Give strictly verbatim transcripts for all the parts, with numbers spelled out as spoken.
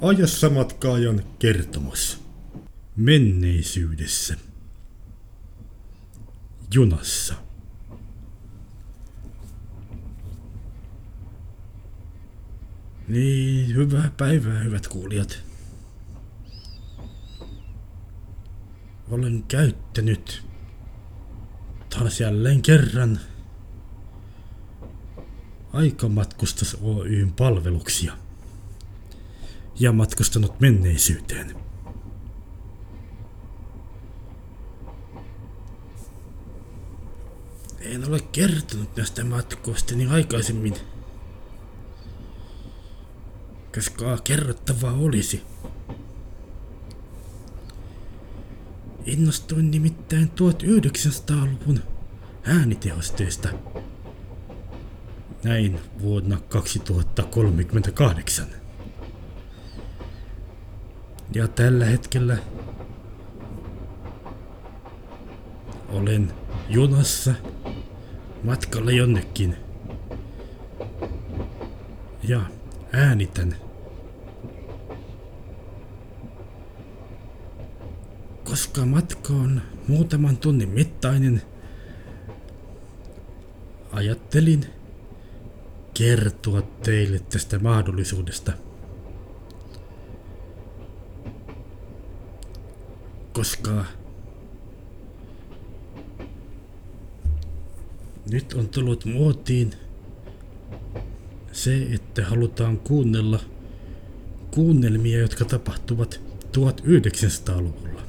Ajassa matkaajan kertomus. Menneisyydessä. Junassa. Niin, hyvää päivää, hyvät kuulijat. Olen käyttänyt taas jälleen kerran Aikamatkustus Oy:n palveluksia ja matkustanut menneisyyteen. En ole kertonut näistä matkoistani aikaisemmin, koska kerrottavaa olisi. Innostuin nimittäin tuhatyhdeksänsataaluvun äänitehosteista näin vuonna kaksituhattakolmekymmentäkahdeksan. Ja tällä hetkellä olen junassa matkalla jonnekin ja äänitän. Koska matka on muutaman tunnin mittainen, ajattelin kertoa teille tästä mahdollisuudesta. Koska nyt on tullut muotiin se, että halutaan kuunnella kuunnelmia, jotka tapahtuvat tuhatyhdeksänsataaluvulla.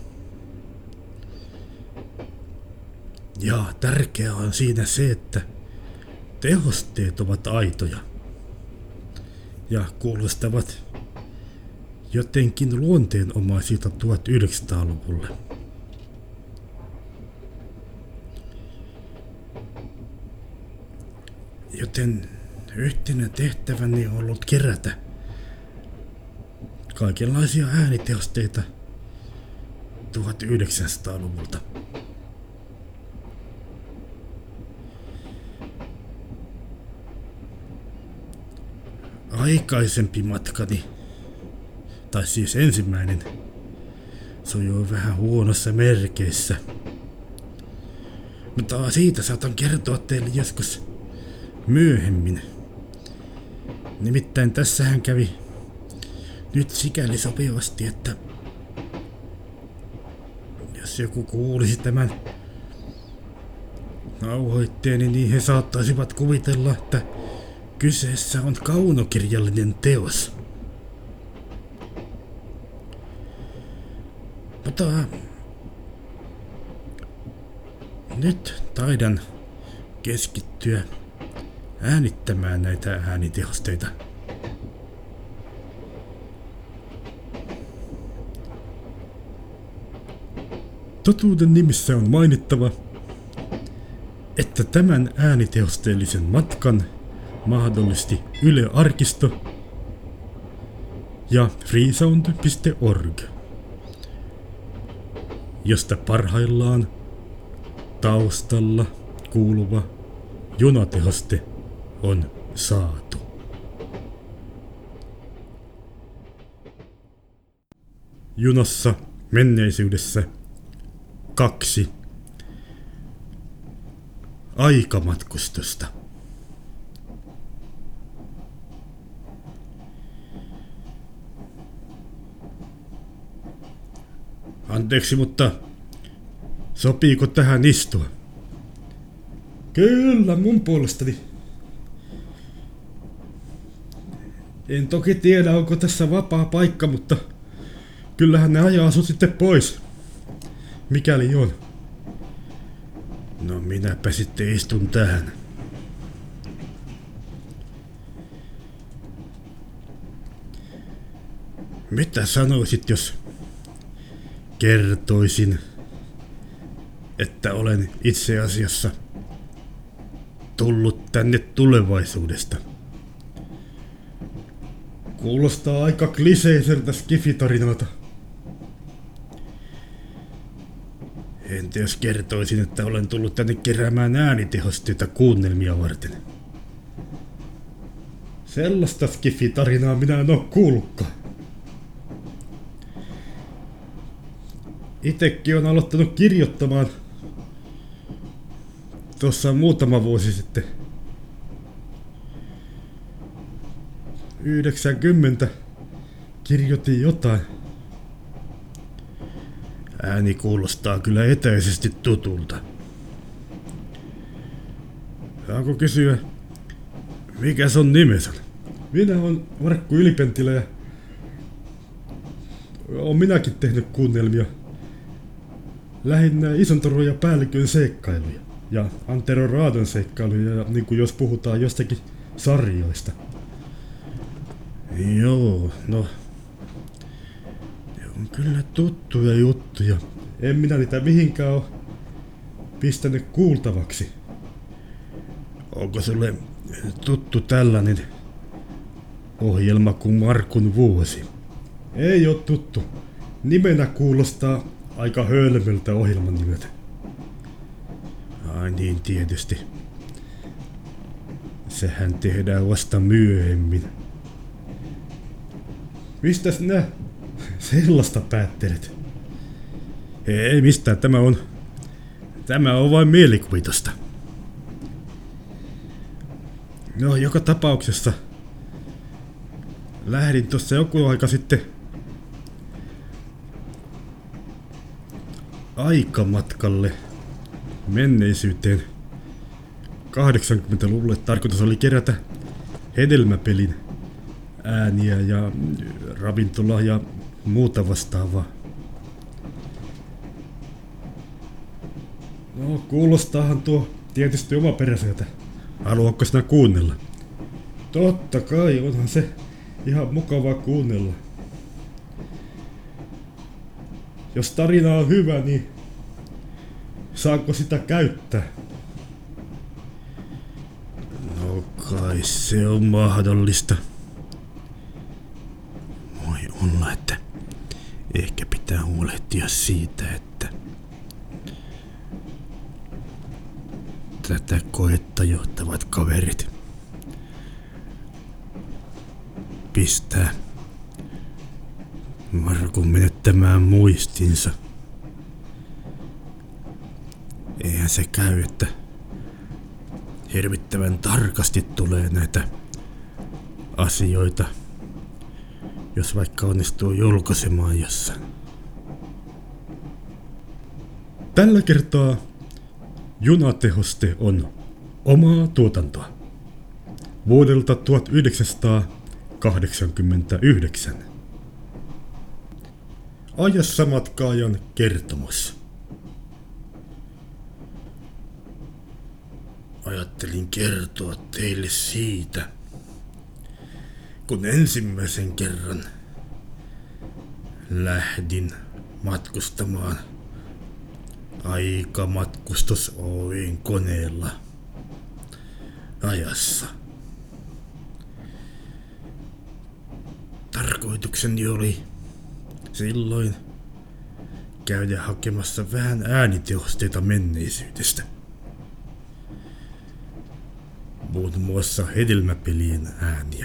Ja tärkeää on siinä se, että tehosteet ovat aitoja ja kuulostavat jotenkin luonteenomaisilta tuhatyhdeksänsataaluvulle. Joten yhtenä tehtäväni on ollut kerätä kaikenlaisia äänitehosteita tuhatyhdeksänsataaluvulta. Aikaisempi matkani, tai siis ensimmäinen, sujui vähän huonossa merkeissä. Mutta siitä saatan kertoa teille joskus myöhemmin. Nimittäin tässähän kävi nyt sikäli sopivasti, että jos joku kuulisi tämän nauhoitteeni, niin he saattaisivat kuvitella, että kyseessä on kaunokirjallinen teos. Mutta nyt taidan keskittyä äänittämään näitä äänitehosteita. Totuuden nimissä on mainittava, että tämän äänitehosteellisen matkan mahdollisti Yle Arkisto ja freesound piste org, josta parhaillaan taustalla kuuluva junatehoste on saatu. Junassa menneisyydessä kaksi. Aikamatkustusta. Anteeksi, mutta sopiiko tähän istua? Kyllä, mun puolestani. En toki tiedä, onko tässä vapaa paikka, mutta kyllähän ne ajaa sut sitten pois, mikäli on. No minäpä sitten istun tähän. Mitä sanoisit, jos kertoisin, että olen itse asiassa tullut tänne tulevaisuudesta? Kuulostaa aika kliseiseltä skifitarinalta. Entä jos kertoisin, että olen tullut tänne keräämään äänitehosteita kuunnelmia varten? Sellaista skifitarinaa minä en oo kuullutkaan. Itekin on aloittanut kirjoittamaan tuossa muutama vuosi sitten. yhdeksänkymmentä kirjoitin jotain. Ääni kuulostaa kyllä etäisesti tutulta. Saanko kysyä, mikä sun nimesi on? Minä on Markku Ylipentilä ja oon minäkin tehnyt kuunnelmia. Lähinnä Isontorun ja Päällikön seikkailuja ja Antero Raadon seikkailuja, ja niin kuin jos puhutaan jostakin sarjoista. Joo, no. Ne on kyllä tuttuja juttuja. En minä niitä mihinkään oo pistänyt kuultavaksi. Onko sulle tuttu tällainen ohjelma kuin Markun vuosi? Ei oo tuttu. Nimenä kuulostaa aika hölmöltä ohjelman nimeltä. Ai niin, tietysti. Sehän tehdään vasta myöhemmin. Mistäs nää sellaista päättelet? Ei mistään, tämä on... Tämä on vain mielikuvitusta. No, joka tapauksessa lähdin tuossa joku aika sitten aikamatkalle menneisyyteen. kahdeksankymmentäluvulle tarkoitus oli kerätä hedelmäpelin ääniä ja ravintola ja muuta vastaavaa. No, kuulostaahan tuo tietysti omaperäiseltä. Haluatko sinä kuunnella? Totta kai, onhan se ihan mukavaa kuunnella. Jos tarina on hyvä, niin saanko sitä käyttää? No kai se on mahdollista. Voi olla, että ehkä pitää huolehtia siitä, että tätä koetta johtavat kaverit pistää Markun menettämään muistinsa. Eihän se käy, että hirvittävän tarkasti tulee näitä asioita, jos vaikka onnistuu julkaisemaan jossain. Tällä kertaa Junatehoste on omaa tuotantoa vuodelta tuhatyhdeksänsataakahdeksankymmentäyhdeksän. Ajassa matkaajan kertomus. Ajattelin kertoa teille siitä, kun ensimmäisen kerran lähdin matkustamaan Aikamatkustus Oyn koneella ajassa. Tarkoitukseni oli silloin käydä hakemassa vähän äänitehosteita menneisyydestä. Muun muassa hedelmäpelien ääniä.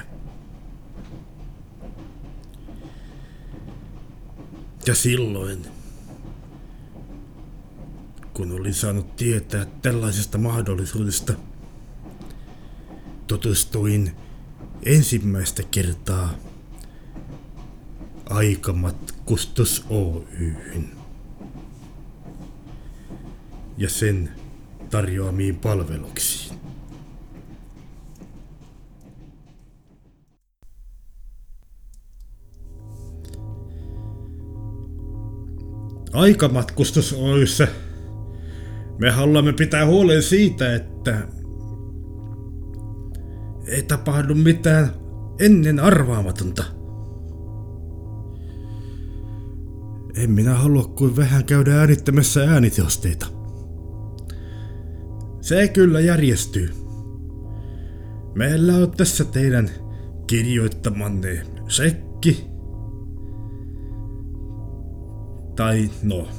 Ja silloin, kun olin saanut tietää tällaisesta mahdollisuudesta, tutustuin ensimmäistä kertaa Aikamatkustus Oy:hyn ja sen tarjoamiin palveluksiin. Aikamatkustus Oy:ssä me haluamme pitää huolen siitä, että ei tapahdu mitään ennen arvaamatonta. En minä halua kuin vähän käydä äänittämässä äänitehosteita. Se kyllä järjestyy. Meillä on tässä teidän kirjoittamanne sekki. Tai no,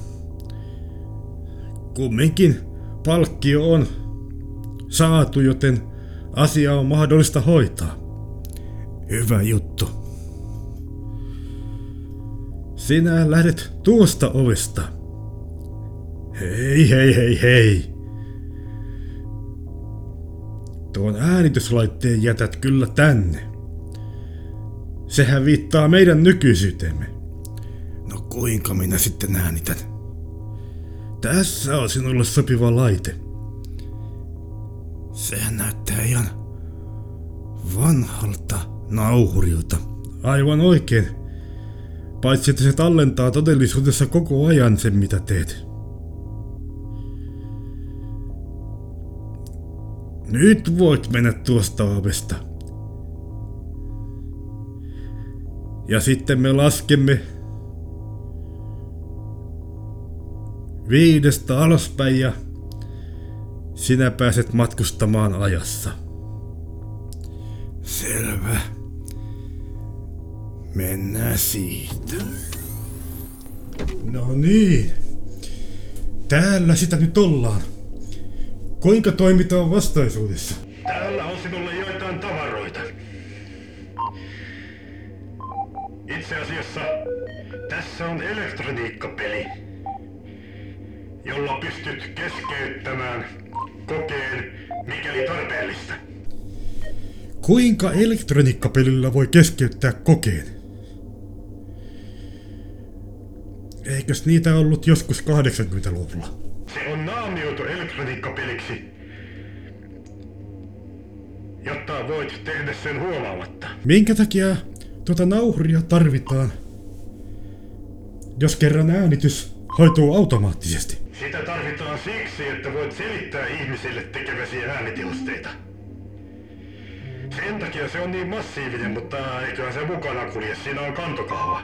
kumminkin palkkio on saatu, joten asia on mahdollista hoitaa. Hyvä juttu. Sinä lähdet tuosta ovesta Hei, hei, hei, hei. Tuon äänityslaitteen jätät kyllä tänne. Sehän viittaa meidän nykyisyytemme. No kuinka minä sitten äänitän? Tässä on sinulle sopiva laite. Sehän näyttää ihan vanhalta nauhurilta. Aivan oikein. Paitsi että se tallentaa todellisuudessa koko ajan sen mitä teet. Nyt voit mennä tuosta ovesta. Ja sitten me laskemme viidestä alaspäin ja sinä pääset matkustamaan ajassa. Selvä. Mennään siitä. No niin. Täällä sitä nyt ollaan. Kuinka toimitaan vastaisuudessa? Täällä on sinulle joitain tavaroita. Itse asiassa tässä on elektroniikkapeli, jolla pystyt keskeyttämään kokeen, mikäli tarpeellista. Kuinka elektroniikkapelillä voi keskeyttää kokeen? Eikös niitä ollut joskus kahdeksankymmentäluvulla? Se on naamioitu elektroniikkapeliksi, jotta voit tehdä sen huomaamatta. Minkä takia tuota nauhuria tarvitaan, jos kerran äänitys hoituu automaattisesti? Sitä tarvitaan siksi, että voit selittää ihmisille tekeväsi äänitehosteita. Sen takia se on niin massiivinen, mutta eiköhän se mukana kulje. Siinä on kantokahva.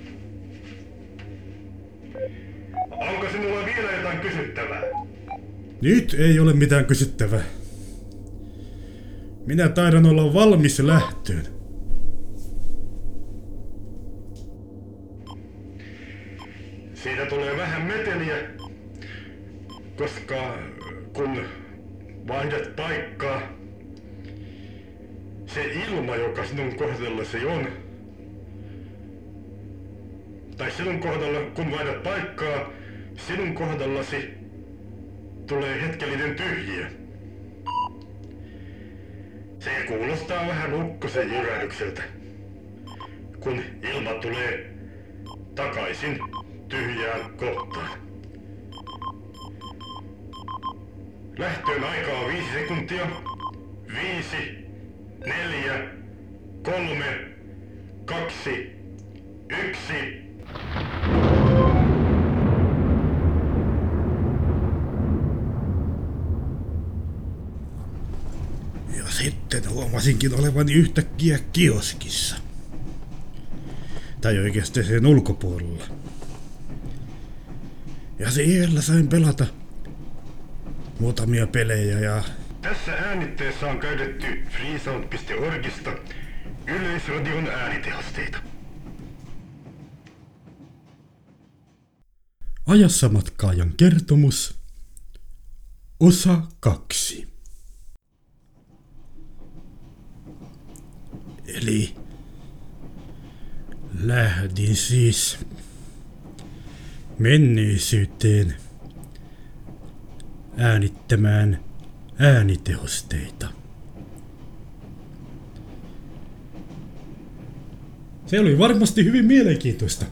Onko sinulla vielä jotain kysyttävää? Nyt ei ole mitään kysyttävää. Minä taidan olla valmis lähtöön. Siitä tulee vähän meteliä, koska kun vaihdat paikkaa, se ilma, joka sinun kohdallasi on, tai sinun kohdalla, kun vaihdat paikkaa, sinun kohdallasi tulee hetkellinen tyhjiö. Se kuulostaa vähän ukkosen jyrähdykseltä, kun ilma tulee takaisin tyhjään kohtaan. Lähtöön aikaa on viisi sekuntia. Viisi, neljä, kolme, kaksi, yksi. Ja sitten huomasinkin olevani yhtäkkiä kioskissa. Tai oikeasti sen ulkopuolella. Ja siellä sain pelata muutamia pelejä ja... Tässä äänitteessä on käytetty freesound piste orgista Yleisradion äänitehosteita. Ajassa matkaajan kertomus, osa kaksi. Eli lähdin siis menneisyyteen äänittämään äänitehosteita. Se oli varmasti hyvin mielenkiintoista.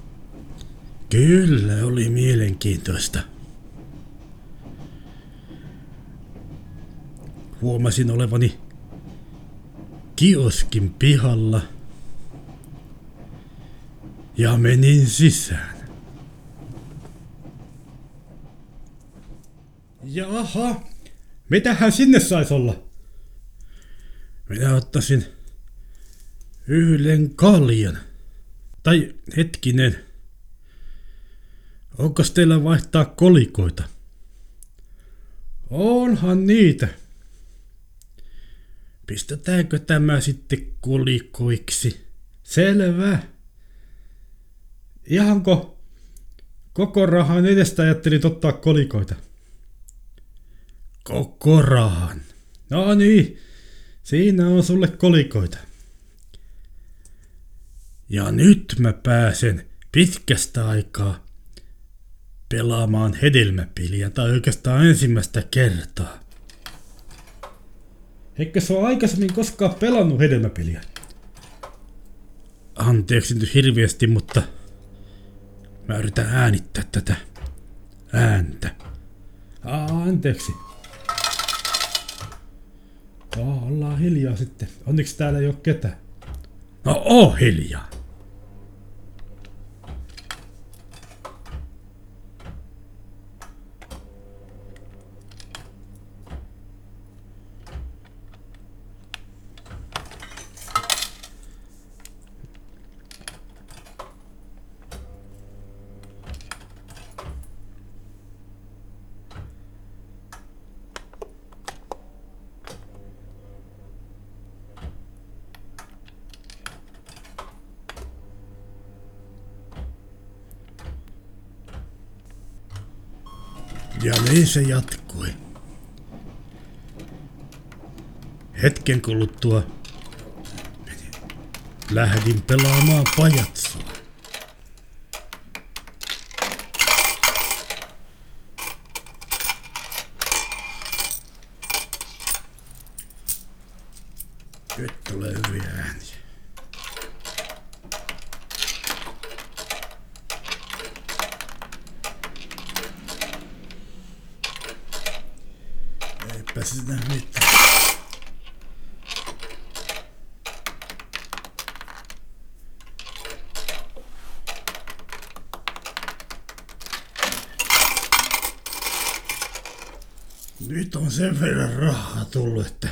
Kyllä oli mielenkiintoista. Huomasin olevani kioskin pihalla ja menin sisään. Jaha, mitähän sinne sais olla? Minä ottaisin yhden kaljan. Tai hetkinen. Onko teillä vaihtaa kolikoita? Onhan niitä. Pistetäänkö tämä sitten kolikoiksi? Selvä. Ihanko koko rahan edestä ajattelit ottaa kolikoita? Koko rahan. No niin, siinä on sulle kolikoita. Ja nyt mä pääsen pitkästä aikaa pelaamaan hedelmäpeliä, tai oikeastaan ensimmäistä kertaa. Eikö se ole aikaisemmin koskaan pelannut hedelmäpeliä? Anteeksi nyt hirveästi, mutta mä yritän äänittää tätä ääntä. Aa, anteeksi. Oh, ollaan hiljaa sitten. Onneksi täällä ei oo ketään. No oo hiljaa. Ja niin se jatkui. Hetken kuluttua lähdin pelaamaan pajatsoa. Nyt tulee hyviä ääniä. Eipä sitä mitään. Nyt on sen verran rahaa tullut, että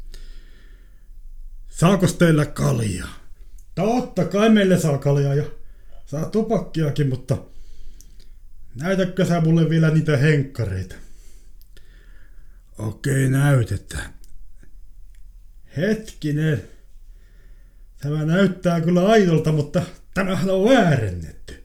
saakos teillä kaljaa? Totta kai meille saa kaljaa ja saa tupakkiakin, mutta näytätkö sä mulle vielä niitä henkkareita? Okei, näytetään. Hetkinen. Tämä näyttää kyllä aidolta, mutta tämähän on väärennetty.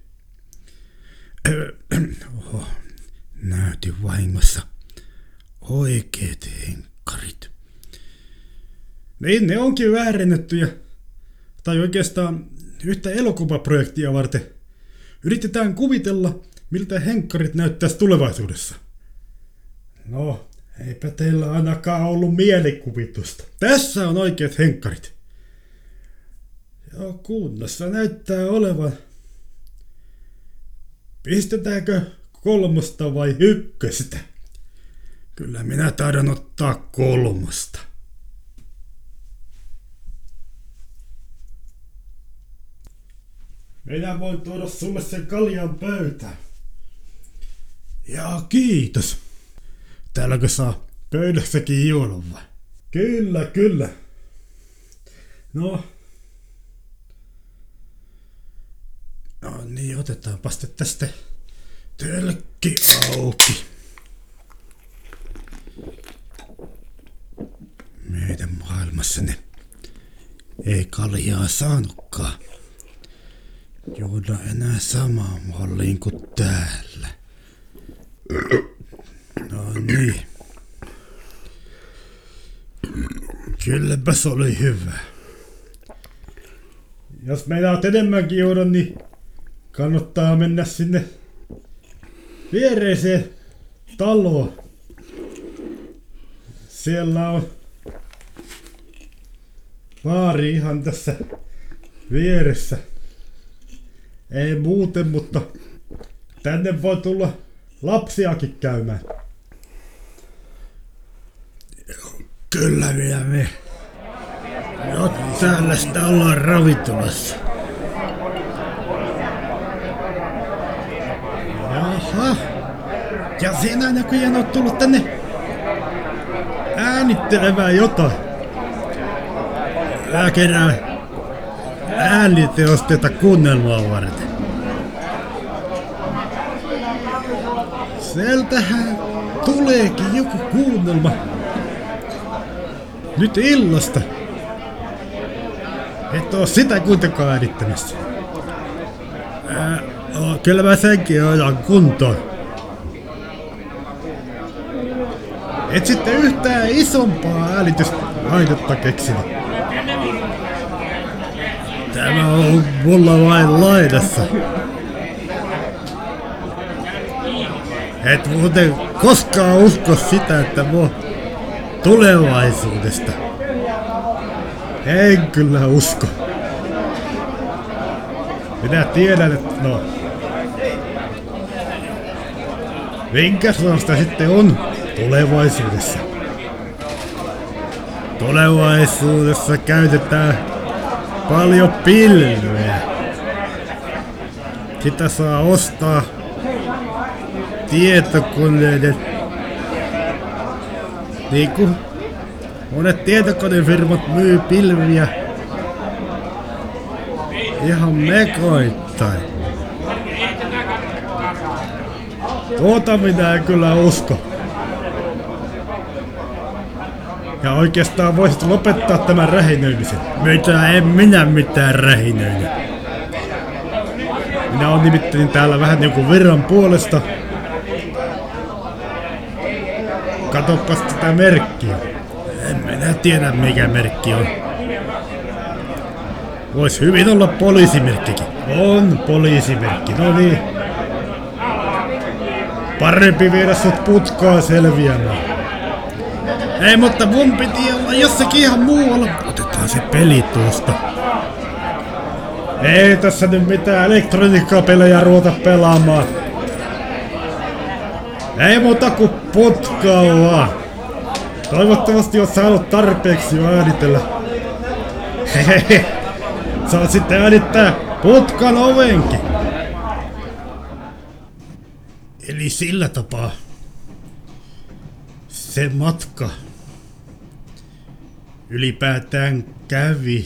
Oho, näytin vahingossa oikeet henkkarit. Niin, ne onkin väärennettyjä. Tai oikeastaan yhtä elokuvaprojektia varten. Yritetään kuvitella, miltä henkkarit näyttäisi tulevaisuudessa. No, eipä teillä ainakaan ollut mielikuvitusta. Tässä on oikeat henkkarit. Joo, kunnossa näyttää olevan. Pistetäänkö kolmosta vai ykköstä? Kyllä minä taidan ottaa kolmosta. Minä voin tuoda sulle sen kaljan pöytään. Jaa, kiitos. Täälläkö saa pöydässäkin juoda vai? Kyllä, kyllä. No. No niin, otetaanpa sitten tästä tölkki auki. Meidän maailmassa ne ei kaljaa saanutkaan juoda enää samaan malliin kuin täällä. No niin. Kylläpäs oli hyvä. Jos meinaat enemmänkin juoda, niin kannattaa mennä sinne viereiseen taloon. Siellä on baari ihan tässä vieressä. Ei muuten, mutta tänne voi tulla lapsiakin käymään. Kyllä minä me. No täällä sitä ollaan ravintolassa. Jaha. Ja siinä näköjään on tullut tänne äänittelemään jotain. Mä kerään ääniteosteita kuunnelmaa varten. Sieltähän tuleekin joku kuunnelma. Nyt illasta. Et oo sitä kuitenkaan äänittämässä. Ää, o, kyllä mä senkin ajan kuntoon. Et sitten yhtään isompaa äänitysainetta keksinyt. Tämä on mulla vain laidassa. Et muuten koskaan usko sitä, että mua tulevaisuudesta. En kyllä usko. Minä tiedän, että no... Minkälaista sitten on tulevaisuudessa? Tulevaisuudessa käytetään paljon pilveä. Sitä saa ostaa tietokoneiden, niinku monet tietokonefirmat myy pilviä ihan mekoittain. Tuota minä en kyllä usko. Ja oikeastaan voisit lopettaa tämän rähinöimisen. Mitä en minä mitään rähinöinyt. Minä on nimittäin täällä vähän niinku virran puolesta. Katoppas tätä merkkiä. En minä tiedä mikä merkki on. Vois hyvin olla poliisimerkkikin. On poliisimerkki, no niin. Parempi viedä sut putkaan selviämään. Ei, mutta mun piti olla jossakin ihan muualla. Otetaan se peli tuosta. Ei tässä nyt mitään elektroniikkapelejä ruveta pelaamaan. Ei muuta kuin putkaa vaan. Toivottavasti oot saanut tarpeeksi jo äänitellä. Hehehe. Saat sitten äänittää putkan ovenkin. Eli sillä tapaa se matka ylipäätään kävi.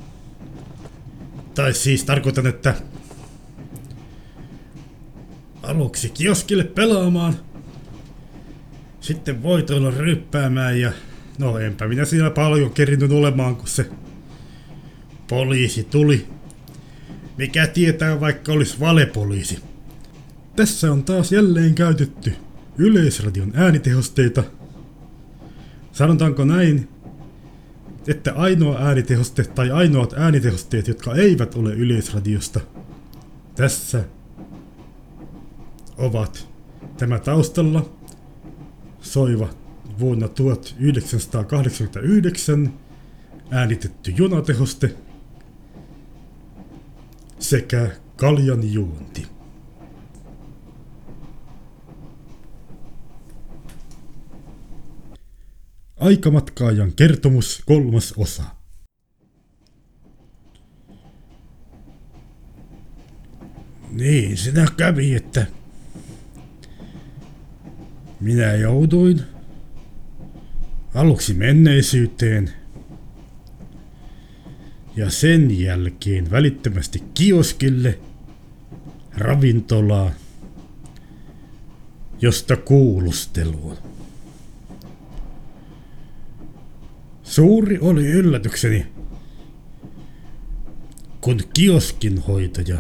Tai siis tarkoitan, että aluksi kioskille pelaamaan, sitten voitoilla ryppäämään ja no enpä minä siinä paljon kerinyt olemaan, kun se poliisi tuli. Mikä tietää, vaikka olisi valepoliisi. Tässä on taas jälleen käytetty Yleisradion äänitehosteita. Sanotaanko näin, että ainoa äänitehoste tai ainoat äänitehosteet, jotka eivät ole Yleisradiosta tässä ovat tämä taustalla soiva vuonna tuhatyhdeksänsataakahdeksankymmentäyhdeksän äänitetty junatehoste sekä kaljan juonti. Aikamatkaajan kertomus kolmas osa. Niin, siinä kävi, että minä jouduin aluksi menneisyyteen ja sen jälkeen välittömästi kioskille, ravintolaan, josta kuulusteluun. Suuri oli yllätykseni, kun kioskinhoitaja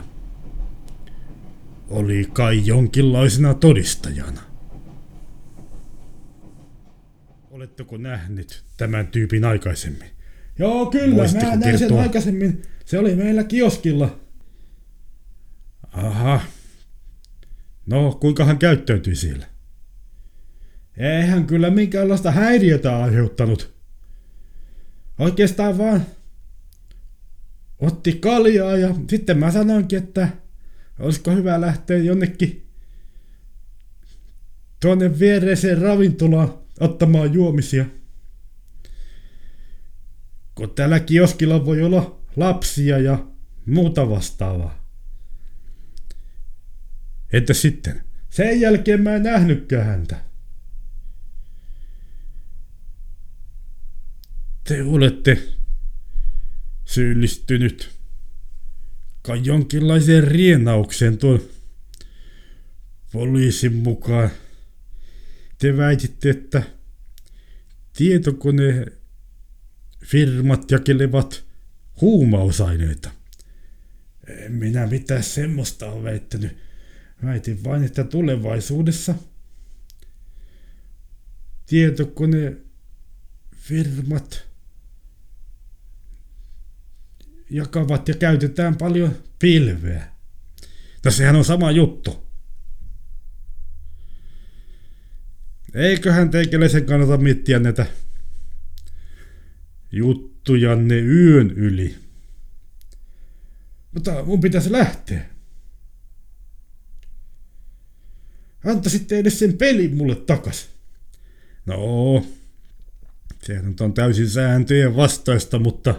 oli kai jonkinlaisena todistajana. Oletteko nähnyt tämän tyypin aikaisemmin? Joo, kyllä, Voisitteko mä näin sen kertoa? aikaisemmin. Se oli meillä kioskilla. Aha. No, kuinka hän käyttäytyi siellä? Eihän kyllä minkäänlaista häiriötä aiheuttanut. Oikeastaan vaan otti kaljaa ja sitten mä sanoinkin, että olisiko hyvä lähteä jonnekin tuonne viereiseen ravintolaan ottamaan juomisia. Kun täällä kioskilla voi olla lapsia ja muuta vastaavaa. Entä sitten? Sen jälkeen mä en nähnytkään häntä. Te olette syyllistynyt kai jonkinlaiseen rienaukseen tuon poliisin mukaan. Te väititte, että tietokonefirmat jakelevat huumausaineita. En minä mitään semmoista ole väittänyt. Väitin vain, että tulevaisuudessa tietokonefirmat jakavat ja käytetään paljon pilveä. No sehän on sama juttu. Eiköhän teikäläisen kannata miettiä näitä juttujanne yön yli. Mutta mun pitäisi lähteä. Antaisitte edes sen pelin mulle takas. No, sehän on täysin sääntöjen vastaista, mutta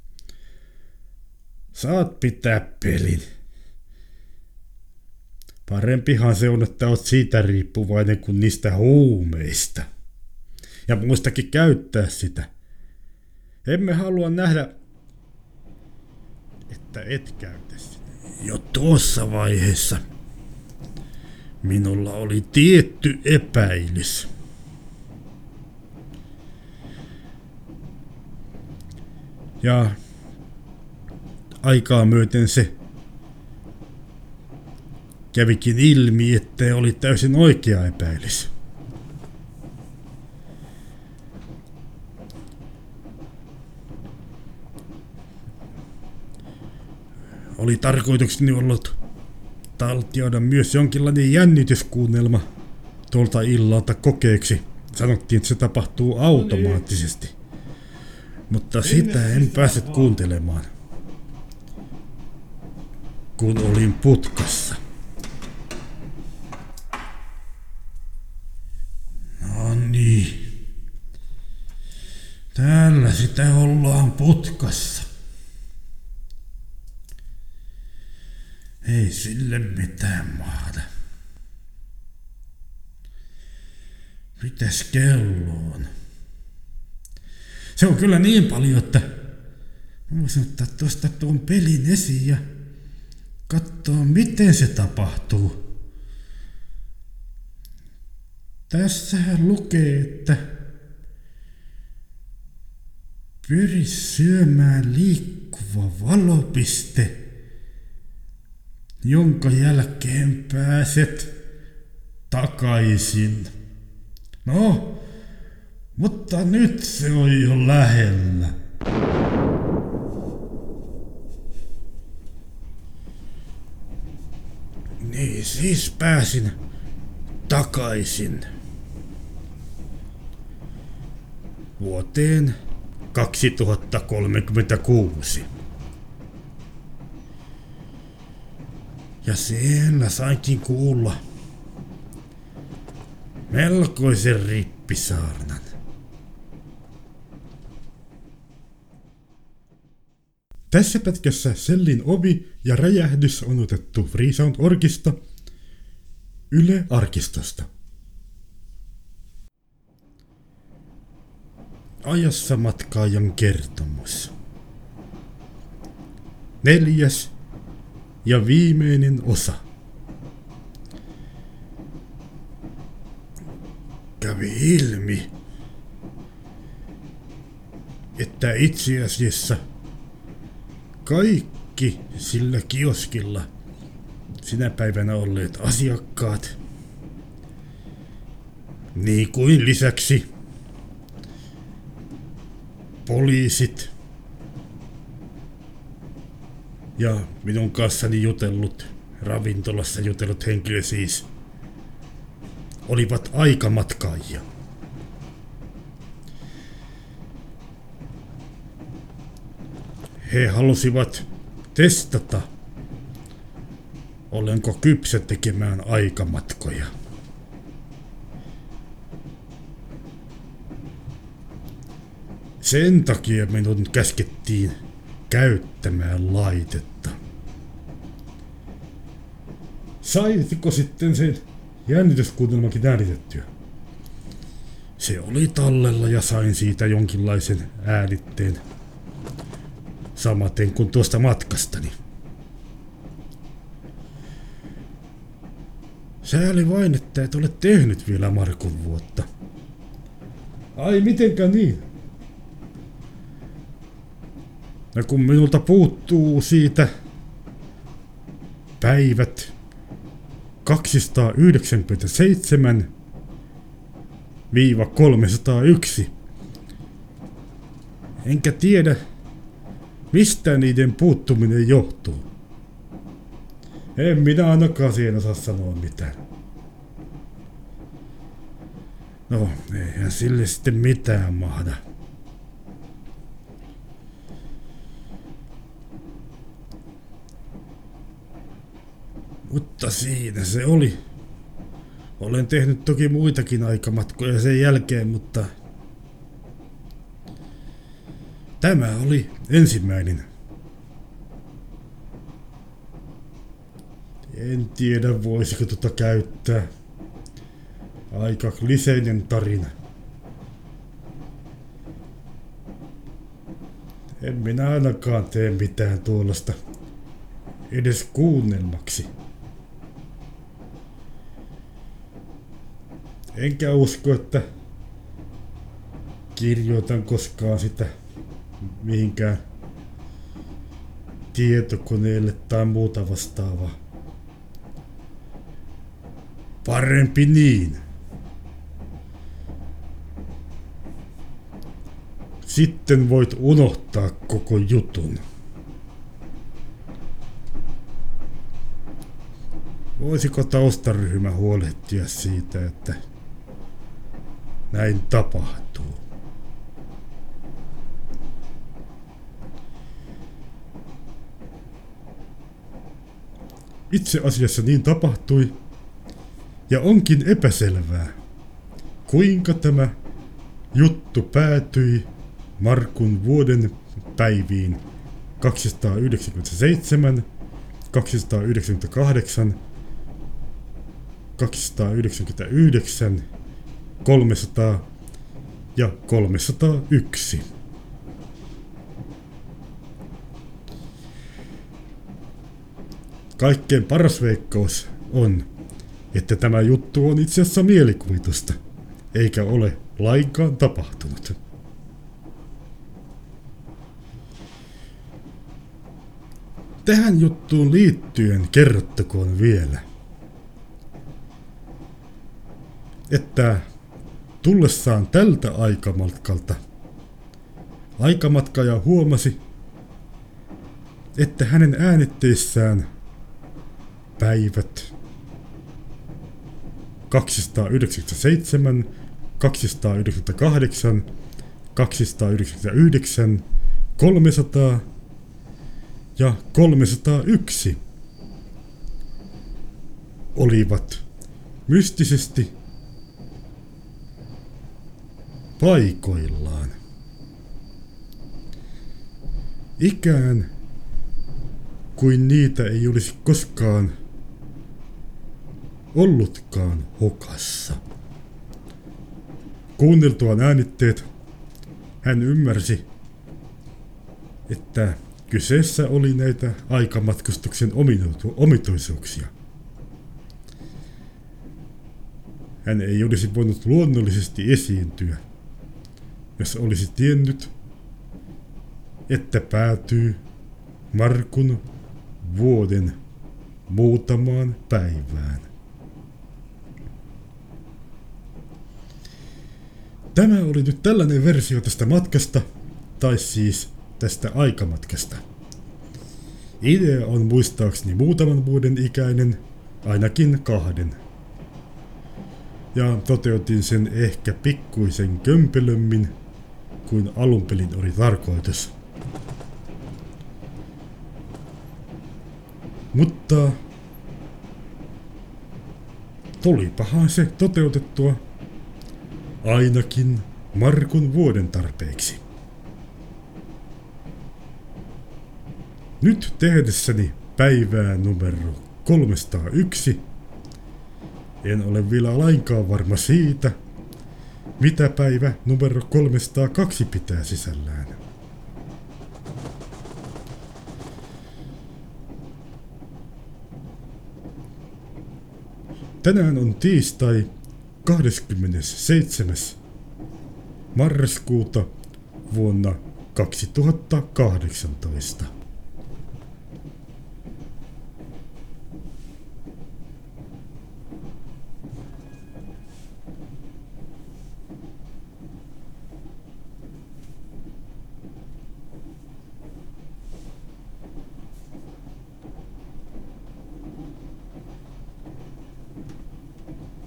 saat pitää pelin. Parempihan se on, että oot siitä riippuvainen kuin niistä huumeista. Ja muistakin käyttää sitä. Emme halua nähdä, että et käytä sitä. Jo tuossa vaiheessa minulla oli tietty epäilys. Ja aikaa myöten se kävikin ilmi, että oli täysin oikea epäilys. Oli tarkoitukseni ollut taltioida myös jonkinlainen jännityskuunnelma tuolta illalta kokeeksi. Sanottiin, että se tapahtuu automaattisesti. Mutta sitä en päässyt kuuntelemaan, kun olin putkassa. No niin. Täällä sitä ollaan putkassa. Ei sille mitään mahda. Mitäs kello on? Se on kyllä niin paljon, että mä voisin ottaa tuosta tuon pelin esiin ja katsoa, miten se tapahtuu. Tässähän lukee, että pyri syömään liikkuva valopiste, jonka jälkeen pääset takaisin. No, mutta nyt se on jo lähellä. Niin siis pääsin takaisin vuoteen kaksituhattakolmekymmentäkuusi. Ja siellä sainkin kuulla melkoisen rippisaarnan. Tässä pätkässä sellin ovi ja räjähdys on otettu Freesound-orgista Yle Arkistosta. Ajassa matkaajan kertomus. Neljäs ja viimeinen osa. Kävi ilmi, että itse asiassa kaikki sillä kioskilla sinä päivänä olleet asiakkaat, niin kuin lisäksi poliisit ja minun kanssani jutellut, ravintolassa jutellut henkilö siis, olivat aikamatkaajia. He halusivat testata, olenko kypsä tekemään aikamatkoja. Sen takia minun käskettiin käyttämään laitetta. Saitko sitten sen jännityskuunnelmankin äänitettyä? Se oli tallella ja sain siitä jonkinlaisen äänitteen. Samaten kuin tuosta matkastani. Sääli vain, että et ole tehnyt vielä Markun vuotta. Ai mitenkä niin? Ja kun minulta puuttuu siitä päivät kaksisataayhdeksänkymmentäseitsemän kolmesataayksi, enkä tiedä, mistä niiden puuttuminen johtuu. En minä ainakaan siihen osaa sanoa mitään. No, eihän sille sitten mitään mahda. Mutta siinä se oli. Olen tehnyt toki muitakin aikamatkoja sen jälkeen, mutta tämä oli ensimmäinen. En tiedä, voisiko tuota käyttää. Aika kliseinen tarina. En minä ainakaan tee mitään tuollaista edes kuunnelmaksi. Enkä usko, että kirjoitan koskaan sitä mihinkään tietokoneelle tai muuta vastaavaa. Parempi niin. Sitten voit unohtaa koko jutun. Voisiko taustaryhmä huolehtia siitä, että näin tapahtuu? Itse asiassa niin tapahtui, ja onkin epäselvää, kuinka tämä juttu päätyi Markun vuoden päiviin kaksisataayhdeksänkymmentäseitsemän, kaksisataayhdeksänkymmentäkahdeksan, kaksisataayhdeksänkymmentäyhdeksän, kolmesataa ja kolmesataayksi. Kaikkein paras veikkaus on, että tämä juttu on itse asiassa mielikuvitusta, eikä ole lainkaan tapahtunut. Tähän juttuun liittyen kerrottakoon vielä, että tullessaan tältä aikamatkalta aikamatkaja huomasi, että hänen äänitteissään päivät kaksisataayhdeksänkymmentäseitsemän, kaksisataayhdeksänkymmentäkahdeksan, kaksisataayhdeksänkymmentäyhdeksän, kolmesataa ja kolmesataayksi olivat mystisesti paikoillaan. Ikään kuin niitä ei olisi koskaan ollutkaan hukassa. Kuunneltuaan äänitteet hän ymmärsi, että kyseessä oli näitä aikamatkustuksen omituisuuksia. Hän ei olisi voinut luonnollisesti esiintyä, jos olisi tiennyt, että päätyy Markun vuoden muutamaan päivään. Tämä oli nyt tällainen versio tästä matkasta, tai siis tästä aikamatkasta. Idea on muistaakseni muutaman vuoden ikäinen, ainakin kahden. Ja toteutin sen ehkä pikkuisen kömpelömmin kuin alunperin oli tarkoitus. Mutta tulipahan se toteutettua ainakin Markun vuoden tarpeeksi. Nyt tehdessäni päivää numero kolmesataayksi en ole vielä lainkaan varma siitä, mitä päivä numero kolmesataakaksi pitää sisällään. Tänään on tiistai kahdeskymmenesseitsemäs marraskuuta vuonna kaksituhattakahdeksantoista.